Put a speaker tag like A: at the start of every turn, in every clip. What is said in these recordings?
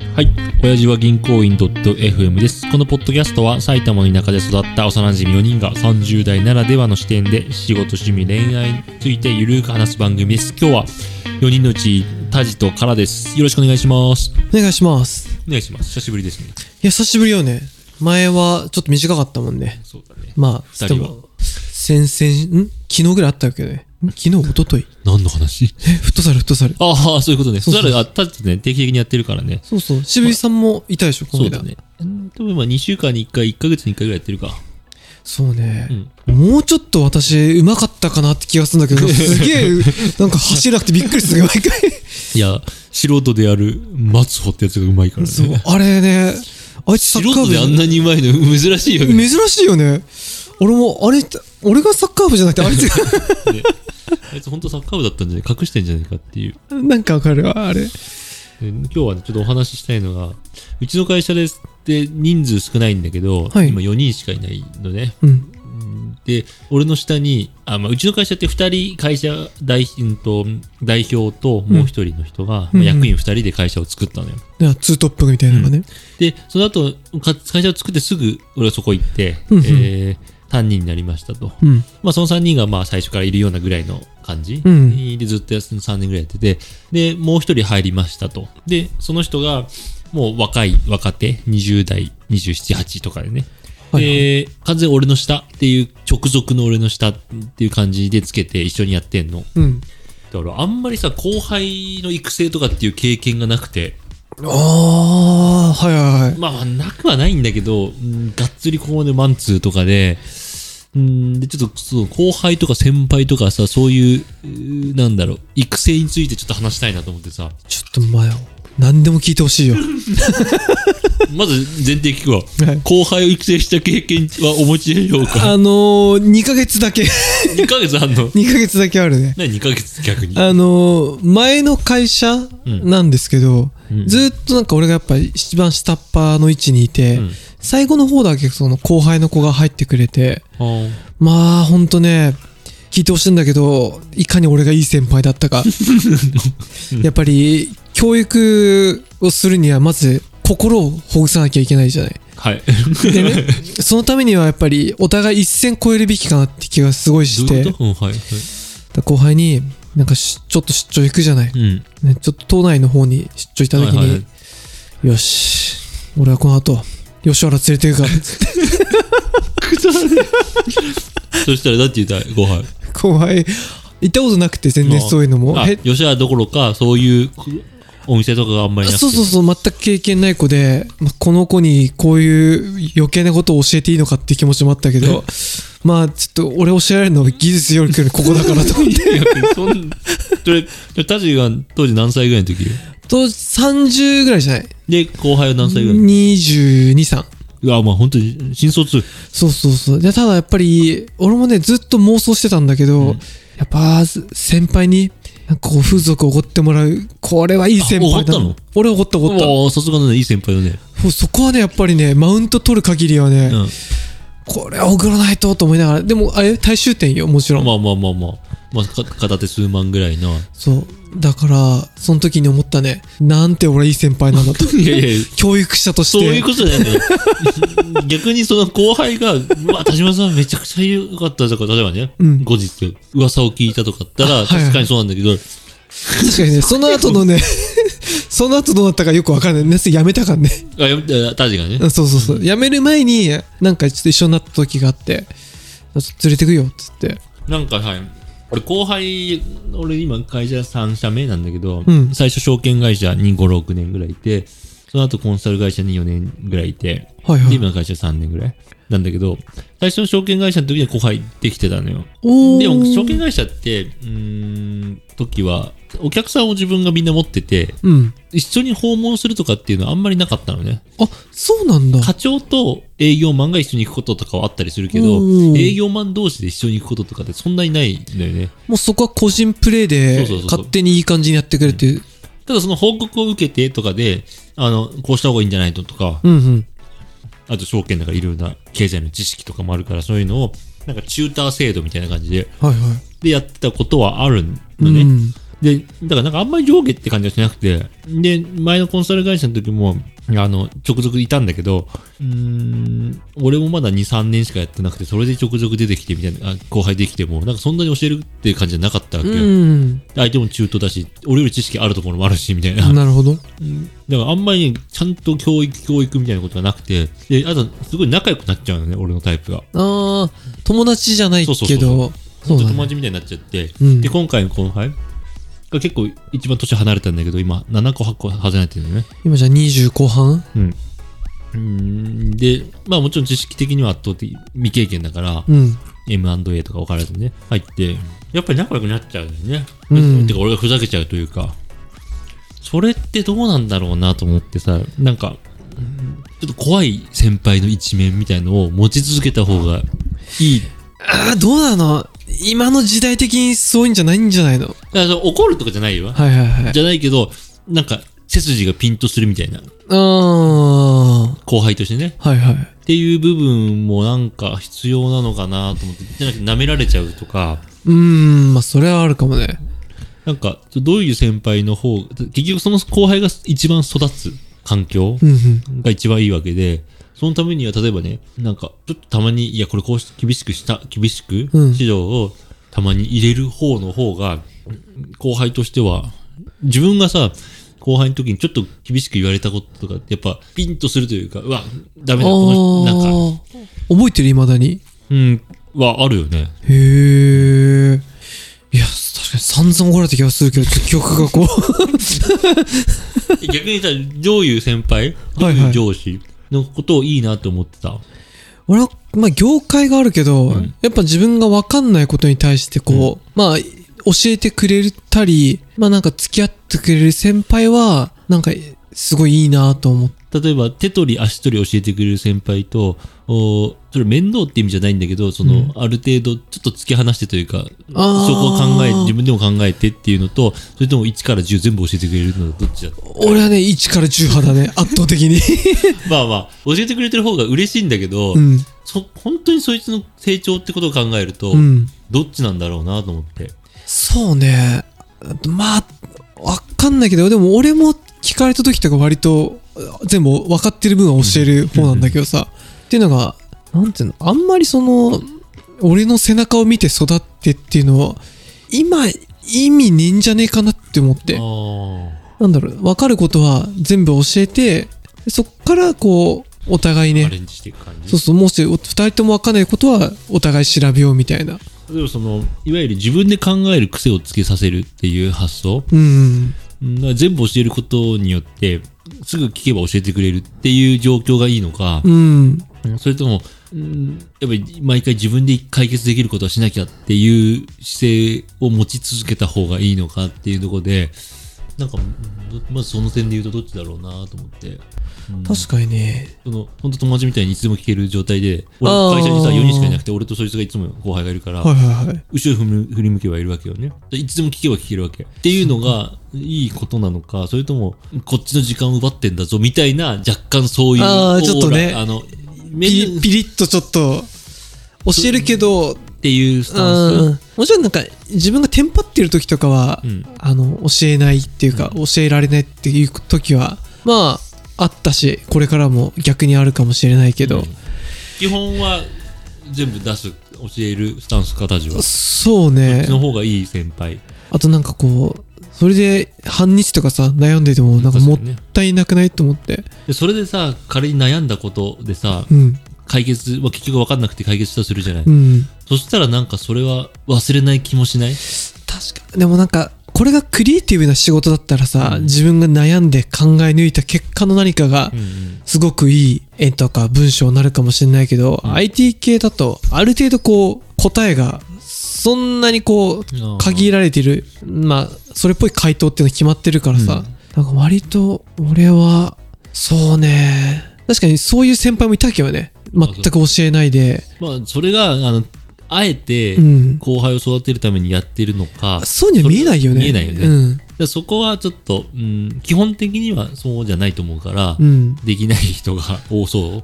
A: はい。親父は銀行員 .fm です。このポッドキャストは埼玉の田舎で育った幼馴染4人が30代ならではの視点で仕事、趣味、恋愛についてゆるく話す番組です。今日は4人のうちタジとカラです。よろしくお願いします。
B: お願いします。
A: お願いします。久しぶりですね。
B: いや、久しぶりよね。前はちょっと短かったもんね。
A: そうだね。
B: まあ、
A: 2人は。
B: 昨日ぐらいあったわけね。昨日、一昨日
A: 何の話？
B: フットサル。
A: ああ、そういうことね。フットサル、タジとね、定期的にやってるからね。
B: そうそう。渋井さんもいたでしょ、
A: そうだね。多分2週間に1回、1ヶ月に1回ぐらいやってるか。
B: そうね。もうちょっと私、上手かったかなって気がするんだけど、すげえ、なんか走らなくてびっくりする、毎回。
A: いや、素人である松穂ってやつが上手いからね。
B: そう、あれね、あいつサッカー部
A: 素人であんなに上手いの珍しいよね。
B: 珍しいよね。俺がサッカー部じゃなくてあいつが
A: ね、あいつ本当サッカー部だったんじゃない、隠してんじゃないかっていう。
B: なんかわかるわ、あれ。
A: 今日はね、ちょっとお話ししたいのが、うちの会社ですって人数少ないんだけど、
B: はい、
A: 今4人しかいないのね。で、俺の下に、うちの会社って2人会社代表ともう1人の人が、役員2人で会社を作ったのよ。
B: ツートップみたいなのがね。
A: で、その後、会社を作ってすぐ俺はそこ行って、担任になりましたと。その3人が最初からいるようなぐらいの感じ、でずっと3年ぐらいやってて、で、もう1人入りましたと。で、その人がもう若手、20代、27、8とかでね。完全俺の下っていう、直属の俺の下っていう感じでつけて一緒にやってんの。だからあんまりさ、後輩の育成とかっていう経験がなくて。
B: はい。
A: なくはないんだけど、がっつりここまでマンツーとかで、で、ちょっとそう後輩とか先輩とかさ、そういう、育成についてちょっと話したいなと思ってさ。
B: ちょっと何でも聞いてほしいよ。
A: まず前提聞くわ。後輩を育成した経験はお持ちでしょうか
B: ？2ヶ月だけ。
A: 2ヶ月あんの？
B: 2 ヶ月だけあるね。
A: 何2ヶ月逆に。
B: 前の会社なんですけど、ずっとなんか俺がやっぱ一番下っ端の位置にいて、最後の方だけその後輩の子が入ってくれて、ほんとね、聞いてほしいんだけど、いかに俺がいい先輩だったか。やっぱり、教育をするにはまず心をほぐさなきゃいけないじゃない。
A: はい。
B: でね、そのためにはやっぱりお互い一線越えるべきかなって気がすごいして、後輩になんかちょっと出張行くじゃない。ね、ちょっと島内の方に出張行った時に、よし、俺はこの後、吉原連れて行くからっつって。
A: そしたらだって言った
B: 後輩行ったことなくて全然そういうのも
A: 吉原どころかそういうお店とかがあんまりなくて、
B: そう全く経験ない子で、この子にこういう余計なことを教えていいのかって気持ちもあったけどちょっと俺教えられるのは技術よりここだからと思って
A: タジが当時何歳ぐらいの時？
B: 当時30ぐらいじゃない
A: で後輩は何歳ぐらい
B: ？22、3。
A: 本当に新卒。
B: そうで、ただやっぱり俺もねずっと妄想してたんだけど、やっぱ先輩になんか風俗をおごってもらう、これはいい先輩だ。俺おごった。
A: さすがのね、いい先輩だね。
B: そこはねやっぱりねマウント取る限りはね、これはおごらないと思いながら、でも大衆店よ、もちろん。
A: 片手数万ぐらいな。
B: そうだからその時に思ったね、なんて俺いい先輩なんだと。いや教育者として。
A: そういうことだよね。逆にその後輩が田島さんめちゃくちゃ良かったとか、例えばね、後日噂を聞いたとかだったら確かにそうなんだけど、
B: 確かにね、その後のねその後どうなったかよく分かんないね。やめたからね。
A: タジがね。
B: そう。やめる前になんかちょっと一緒になった時があって、連れてくよっつって。
A: なんか俺後輩、俺今会社3社目なんだけど、最初証券会社に5、6年ぐらいいて、その後コンサル会社に4年ぐらいいて、で今の会社3年ぐらいなんだけど、最初の証券会社の時には後輩できてたのよ。でも証券会社って時はお客さんを自分がみんな持ってて、一緒に訪問するとかっていうのはあんまりなかったのね。
B: そうなんだ。
A: 課長と営業マンが一緒に行くこととかはあったりするけど、営業マン同士で一緒に行くこととかってそんなにないんだよね。
B: もうそこは個人プレイで勝手にいい感じにやってくれて、
A: ただその報告を受けてとかでこうした方がいいんじゃないのとか、あと証券だからいろいろな経済の知識とかもあるから、そういうのをなんかチューター制度みたいな感じで、でやってたことはあるのね。 で、だからなんかあんまり上下って感じはしなくて、で、前のコンサル会社の時も、直属いたんだけど、俺もまだ2、3年しかやってなくて、それで直属出てきてみたいな、後輩できても、なんかそんなに教えるっていう感じじゃなかったわけよ。相手も中途だし、俺より知識あるところもあるし、みたいな。
B: なるほど。
A: だからあんまり、ね、ちゃんと教育みたいなことがなくて、で、あと、すごい仲良くなっちゃうのね、俺のタイプが。
B: 友達じゃないけど、
A: そう友達みたいになっちゃって、で、今回の後輩が結構一番年離れたんだけど、今、7個、8個離れてるのね。
B: 今じゃあ20後半？
A: で、まあもちろん知識的には圧倒的未経験だから、M&A とか分からずね、入って、やっぱり仲良くなっちゃうんだよね。てか俺がふざけちゃうというか、それってどうなんだろうなと思ってさ、なんか、ちょっと怖い先輩の一面みたいのを持ち続けた方がいい。
B: どうなの？今の時代的にそういうんじゃないんじゃないの？
A: だから怒るとかじゃないよ。じゃないけど、なんか、背筋がピンとするみたいな。後輩としてね。っていう部分もなんか必要なのかなと思って、じゃなくて舐められちゃうとか。
B: まあそれはあるかもね。
A: なんか、どういう先輩の方、結局その後輩が一番育つ環境が一番いいわけで、そのためには例えばね、なんか、ちょっとたまに、いや、これこう厳しく指導をたまに入れる方の方が、後輩としては、自分がさ、後輩の時にちょっと厳しく言われたこととかってやっぱピンとするというか、うわ、ダメだ、この人、なんか。
B: 覚えてる？未だに。
A: はあるよね。
B: へー。いや、確かに散々怒られた気がするけど、記憶がこう。
A: 逆にさ、どういう先輩、どういう上司のことをいいなって思ってた？
B: 俺は、まあ、業界があるけど、やっぱ自分が分かんないことに対してこう、まあ、教えてくれたり、まあなんか付き合ってくれる先輩は、なんかすごいいいなと思って。
A: 例えば手取り足取り教えてくれる先輩と、それ面倒って意味じゃないんだけど、その、ある程度ちょっと突き放してというか、そこを自分でも考えてっていうのと、それとも1から10全部教えてくれるのはどっちだ？
B: 俺はね、1から10派だね、圧倒的に。
A: まあまあ、教えてくれてる方が嬉しいんだけど、本当にそいつの成長ってことを考えると、どっちなんだろうなと思って。
B: そうね。まあ、わかんないけど、でも俺も聞かれた時とか割と全部分かってる分は教える方なんだけどさ、っていうのが、なんていうの、あんまりその、俺の背中を見て育ってっていうのは、今、意味ねえんじゃねえかなって思って。なんだろう、分かることは全部教えて、そっからこう、お互いね、
A: アレンジしていく感じ。
B: そうそう、もし二人とも分かんないことはお互い調べようみたいな。
A: 例えばその、いわゆる自分で考える癖をつけさせるっていう発想。全部教えることによって、すぐ聞けば教えてくれるっていう状況がいいのか、それとも、やっぱり毎回自分で解決できることはしなきゃっていう姿勢を持ち続けた方がいいのかっていうところで、なんか、まずその点で言うとどっちだろうなと思って。
B: 確かにね。
A: 本当友達みたいにいつでも聞ける状態で、俺会社にさ4人しかいなくて、俺とそいつがいつも後輩がいるから、後ろ振り向けばいるわけよね。いつでも聞けば聞けるわけ。っていうのがいいことなのか、それともこっちの時間を奪ってんだぞみたいな若干そういうオーラ、
B: ちょっとね、ピリッとちょっと教えるけど
A: っていうスタンス。
B: もちろんなんか自分がテンパってる時とかは、教えないっていうか、教えられないっていう時はまああったし、これからも逆にあるかもしれないけど、
A: 基本は全部出す、教えるスタンス形は。
B: そうね。
A: そっちの方がいい先輩。
B: あとなんかこう、それで半日とかさ悩んでてもなんかもったいなくないと思って。
A: でそれでさ、仮に悩んだことでさ、解決、結局分かんなくて解決したとするじゃない。そしたらなんかそれは忘れない気もしない？
B: 確かに。でもなんか、これがクリエイティブな仕事だったらさ、自分が悩んで考え抜いた結果の何かがすごくいい絵とか文章になるかもしれないけど、IT 系だとある程度こう答えがそんなにこう限られてる、まあそれっぽい回答っていうの決まってるからさ、なんか割と俺はそうね、確かにそういう先輩もいたけどね、全く教えないで、
A: まあそれがあえて後輩を育てるためにやってるのか、
B: そうには見えないよね。
A: 見えないよね。 でそこはちょっと、基本的にはそうじゃないと思うから、できない人が多そう。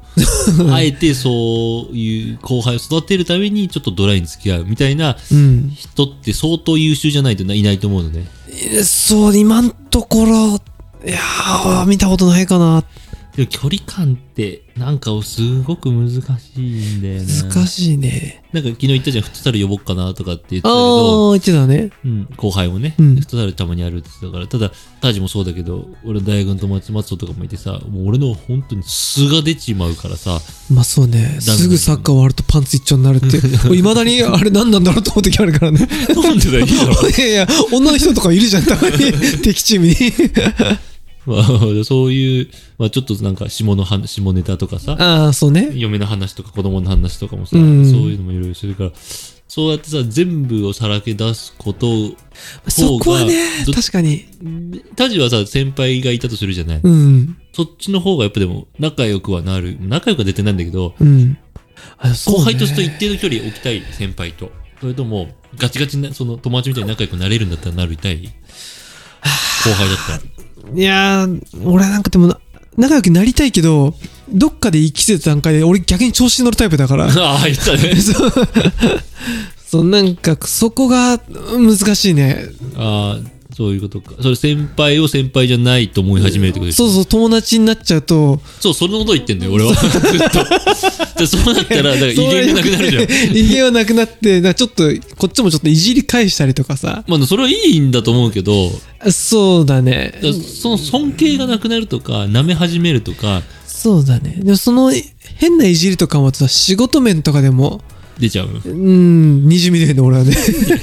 A: あえてそういう後輩を育てるためにちょっとドライに付き合うみたいな人って相当優秀じゃないといないと思うのね。
B: そう、今んところ、いやー、見たことないかな。
A: でも距離感ってなんかすごく難しいんだよね。
B: 難しいね。
A: なんか昨日言ったじゃん、フットサル呼ぼっかなとかって言ってたけど。
B: 言ってたね。
A: 後輩もね、フットサルたまにあるって言ってたから、ただ、タジもそうだけど、俺大学の友達、松尾とかもいてさ、もう俺の本当に素が出ちまうからさ。
B: まあそうね。すぐサッカー終わるとパンツ一丁になるって。いまだにあれ何なんだろうと思う時あるからね。
A: なんでだよ、いいだろ。
B: いやいや、女の人とかいるじゃん、たまに。敵チームに。
A: まあ、そういう、まあちょっとなんか下ネタとかさ。
B: そうね。
A: 嫁の話とか子供の話とかもさ、そういうのもいろいろするから、そうやってさ、全部をさらけ出すことを、
B: そこはね、確かに。
A: タジはさ、先輩がいたとするじゃない。そっちの方がやっぱでも仲良くはなる。仲良くは出てないんだけど、後輩として一定の距離を置きたい先輩と。それとも、ガチガチな、その友達みたいに仲良くなれるんだったらなりたい後輩だったら。
B: いやー、俺なんかでも仲良くなりたいけど、どっかで行き着いた段階で俺逆に調子に乗るタイプだから。
A: ああ、言ったね。
B: そう、なんかそこが難しいね。
A: ああ、そういうことか。それ先輩を先輩じゃないと思い始めるってことですか？
B: そうそう、友達になっちゃうと。
A: そう、それのこと言ってんだよ、俺は。ずっと。そうなったら、だから威厳がなくなるじゃん。
B: 威厳はなくなって、ちょっと、こっちもちょっといじり返したりとかさ。
A: まあ、それはいいんだと思うけど。
B: そうだね。
A: その尊敬がなくなるとか、舐め始めるとか。
B: そうだね。でもその変ないじりとかもさ、仕事面とかでも。
A: 出ちゃう。
B: にじみ出るの、俺はね。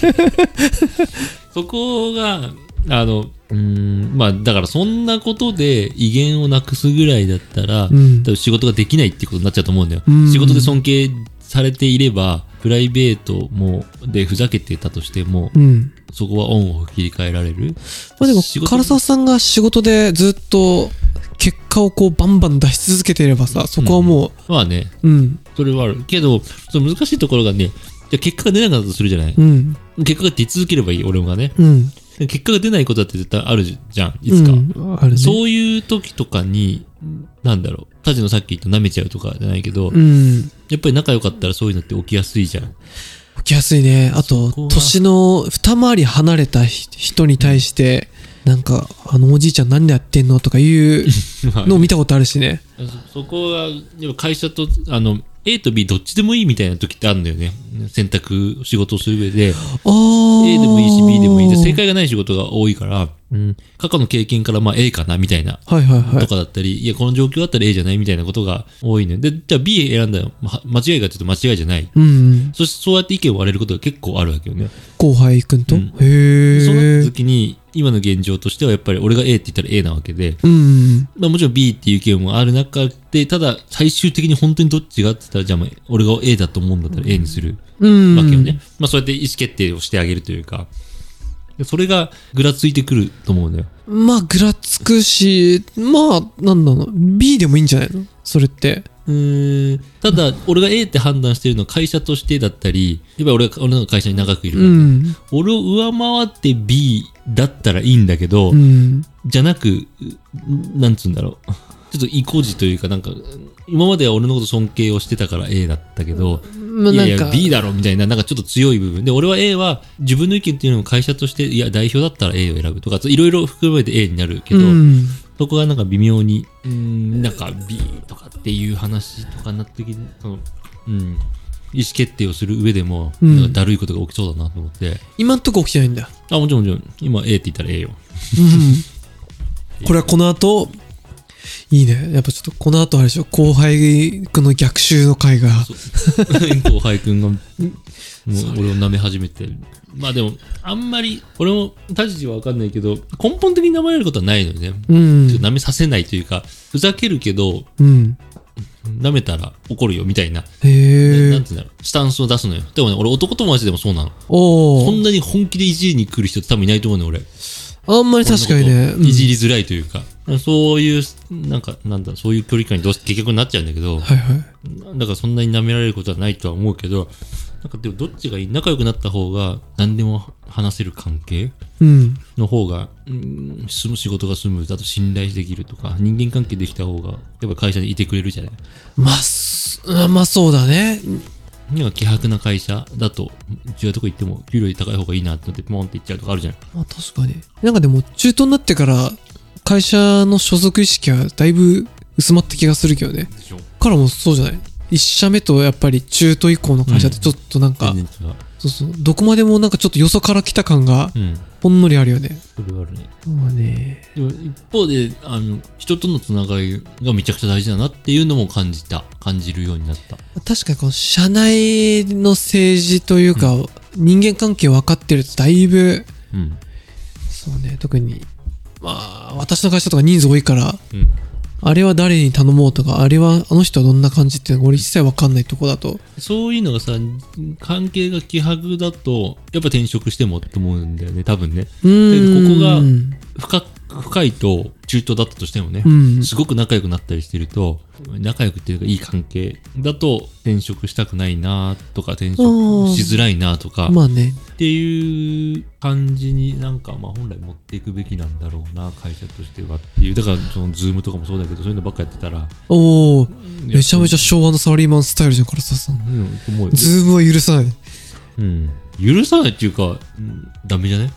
A: そこが、まあ、だからそんなことで威厳をなくすぐらいだったら、多分仕事ができないってことになっちゃうと思うんだよ。仕事で尊敬されていれば、プライベートも、でふざけてたとしても、そこはオンオフ切り替えられる。
B: まあでも、唐沢さんが仕事でずっと結果をこうバンバン出し続けていればさ、そこはもう。
A: まあね。それはある。けど、その難しいところがね、じゃ結果が出なかったとするじゃない。結果が出続ければいい、俺もがね。結果が出ないことだって絶対あるじゃん、いつか。
B: あるね。
A: そういう時とかに、なんだろう、タジのさっき言った舐めちゃうとかじゃないけど、やっぱり仲良かったらそういうのって起きやすいじゃん。
B: 起きやすいね。あと、年の二回り離れた人に対して、なんか、おじいちゃん何でやってんのとかいうのを見たことあるしね。
A: そこは、会社と、A と B どっちでもいいみたいな時ってあるんだよね。選択、仕事をする上で。A でもいいし B でもいいで、正解がない仕事が多いから、過去の経験からまあ A かなみたいな。とかだったり、いや、この状況だったら A じゃないみたいなことが多いね。で、じゃあ B 選んだら間違いかちょっと間違いじゃない。そしてそうやって意見を割れることが結構あるわけよね。
B: 後輩くんと、へ
A: ー。そうなった時に、今の現状としてはやっぱり俺が A って言ったら A なわけで、まあもちろん B っていう意見もある中で、ただ最終的に本当にどっちがって言ったら、じゃあ俺が A だと思うんだったら A にするわけよね。まあそうやって意思決定をしてあげるというか、それがぐらついてくると思うんだよ。
B: まあぐらつくし、まあなんだろう、B でもいいんじゃないのそれって。
A: ただ、俺が A って判断してるのは会社としてだったり、やっぱり俺の会社に長くいるから、俺を上回って B だったらいいんだけど、じゃなく、なんつうんだろう。ちょっと意固地というか、なんか、今までは俺のこと尊敬をしてたから A だったけど、いやいや B だろみたいな、なんかちょっと強い部分で、俺は A は自分の意見っていうのも会社として、いや代表だったら A を選ぶとか、いろいろ含めて A になるけど、そこがなんか微妙に、なんか B とかっていう話とかになってきて、意思決定をする上でも、なんかだるいことが起きそうだなと思って。
B: 今んとこ起きてないんだ。
A: もちろんもちろん。今 A って言ったら A よ。
B: これはこの後、いいね。やっぱちょっとこの後あれでしょ、後輩くんの逆襲の回が。
A: 後輩くんが、もう俺を舐め始めてる。まあでも、あんまり、俺も、立ちはわかんないけど、根本的に舐められることはないのよね。舐めさせないというか、ふざけるけど、舐めたら怒るよみたいな。なんていうんだろう。スタンスを出すのよ。でもね、俺男友達でもそうなの。そんなに本気でいじりに来る人って多分いないと思うね、俺。
B: あんまり確かにね。
A: いじりづらいというか。そういう、そういう距離感に結局なっちゃうんだけど。だからそんなに舐められることはないとは思うけど、 なんかでもどっちがいい？仲良くなった方が何でも話せる関係の方が、仕事がスムーズだと信頼できるとか、人間関係できた方が、やっぱ会社にいてくれるじゃない。
B: まあそうだね。
A: なんか希薄な会社だと、違うとこ行っても給料高い方がいいなってなってポンって行っちゃうとかあるじゃん。
B: まあ確かに。なんかでも中途になってから会社の所属意識はだいぶ薄まった気がするけどね。
A: でしょ。
B: からもそうじゃない。一社目とやっぱり中途以降の会社ってちょっとなんか、そうどこまでもなんかちょっとよそから来た感がほんのりあるよね。
A: それはあるね。
B: まあね。
A: でも一方で人とのつながりがめちゃくちゃ大事だなっていうのも感じるようになった。
B: 確かにこの社内の政治というか、人間関係分かってるとだいぶ、そうね、特にまあ私の会社とか人数多いから、あれは誰に頼もうとか、あれはあの人はどんな感じっていうのが俺一切分かんないとこだと。
A: そういうのがさ、関係が希薄だとやっぱ転職してもって思うんだよね、多分ね。でここが深いと中途だったとしてもね、すごく仲良くなったりしてると、仲良くっていうかいい関係だと転職したくないなとか、転職しづらいなとか、
B: まあね、
A: っていう感じになんかまあ本来持っていくべきなんだろうな、会社としてはっていう。だからそのズームとかもそうだけど、そういうのばっかやってたら、
B: めちゃめちゃ昭和のサラリーマンスタイルじゃんからさ、ズームは許さない。
A: 許さないっていうか、ダメじゃね。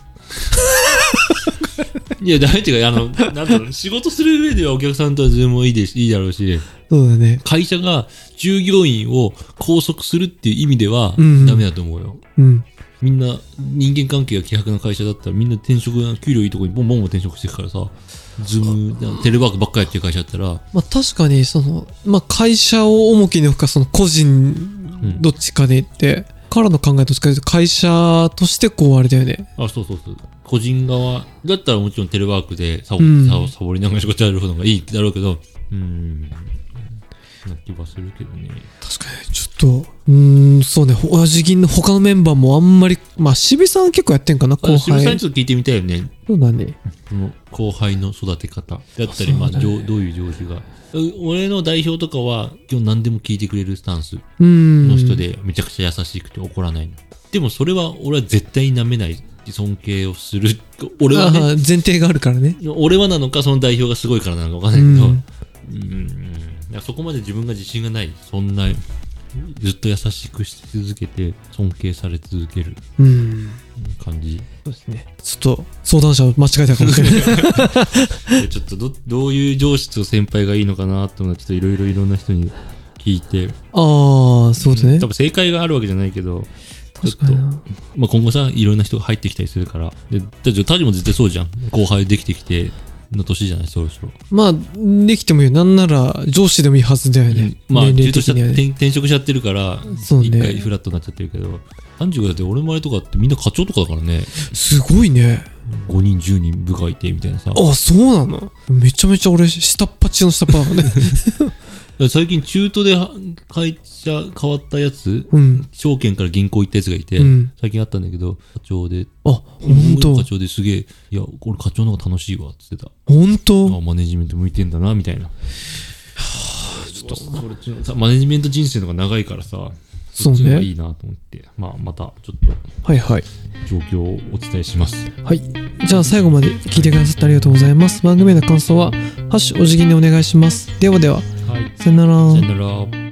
A: いや、ダメっていうか、なんだろう、仕事する上ではお客さんとはズームもいいだろうし、
B: そうだね。
A: 会社が従業員を拘束するっていう意味では、ダメだと思うよ。みんな、人間関係が希薄な会社だったら、みんな転職が、給料いいとこにボンボン転職していくからさ、ズーム、テレワークばっかりやってる会社だったら。
B: まあ確かに、会社を重きに置くか、個人、どっちかで言って、からの考えとして、会社としてあれだよね。
A: そう。個人側だったらもちろんテレワークでサボりながら仕事やる方がいいだろうけど、な気はするけどね。
B: 確かに、ちょっと、そうね、親父銀の他のメンバーもあんまり、まあ、渋さん結構やってんかな、後輩。
A: 渋さんにちょっと聞いてみたいよね。
B: そうだね。
A: その後輩の育て方だったり、まあ、どういう上司が。俺の代表とかは、今日何でも聞いてくれるスタンスの人で、めちゃくちゃ優しくて怒らないの。でもそれは、俺は絶対に舐めない。尊敬をする。俺はね。
B: 前提があるからね。
A: 俺はなのか、その代表がすごいからなのかわかんないけど、そこまで自分が自信がない。そんな、ずっと優しくし続けて、尊敬され続ける感じ。
B: そうですね。ちょっと、相談者を間違えたかもしれない。
A: ちょっとどういう上司と先輩がいいのかなと思って、ちょっといろんな人に聞いて。
B: そうですね。
A: 多分正解があるわけじゃないけど、
B: 確かに。
A: まあ、今後さ、いろんな人が入ってきたりするから。で、タジも絶対そうじゃん。後輩できてきての年じゃない、そろそろ。
B: まあ、できてもいいよ。なんなら、上司でもいいはずだよね。
A: まあ、中途転職しちゃってるから、一回フラットになっちゃってるけど、35だって俺の周りとかってみんな課長とかだからね。
B: すごいね。
A: 5人、10人部下いて、みたいなさ。
B: そうなの？めちゃめちゃ俺、下っ端の下っ端だね。
A: 最近中途で会社変わったやつ、証券から銀行行ったやつがいて、最近あったんだけど、課長で。
B: 本当。
A: 課長ですげえ、いや、俺課長の方が楽しいわ、つってた。
B: 本当？
A: マネジメント向いてんだな、みたいな。ちょっと、マネジメント人生の方が長いからさ、そっちがいいなと思って、まあ、またちょっと、状況をお伝えします。
B: はい。じゃあ最後まで聞いてくださってありがとうございます。番組への感想は、ハッシュお辞儀でお願いします。ではでは。
A: はい。
B: さよなら。
A: さよなら。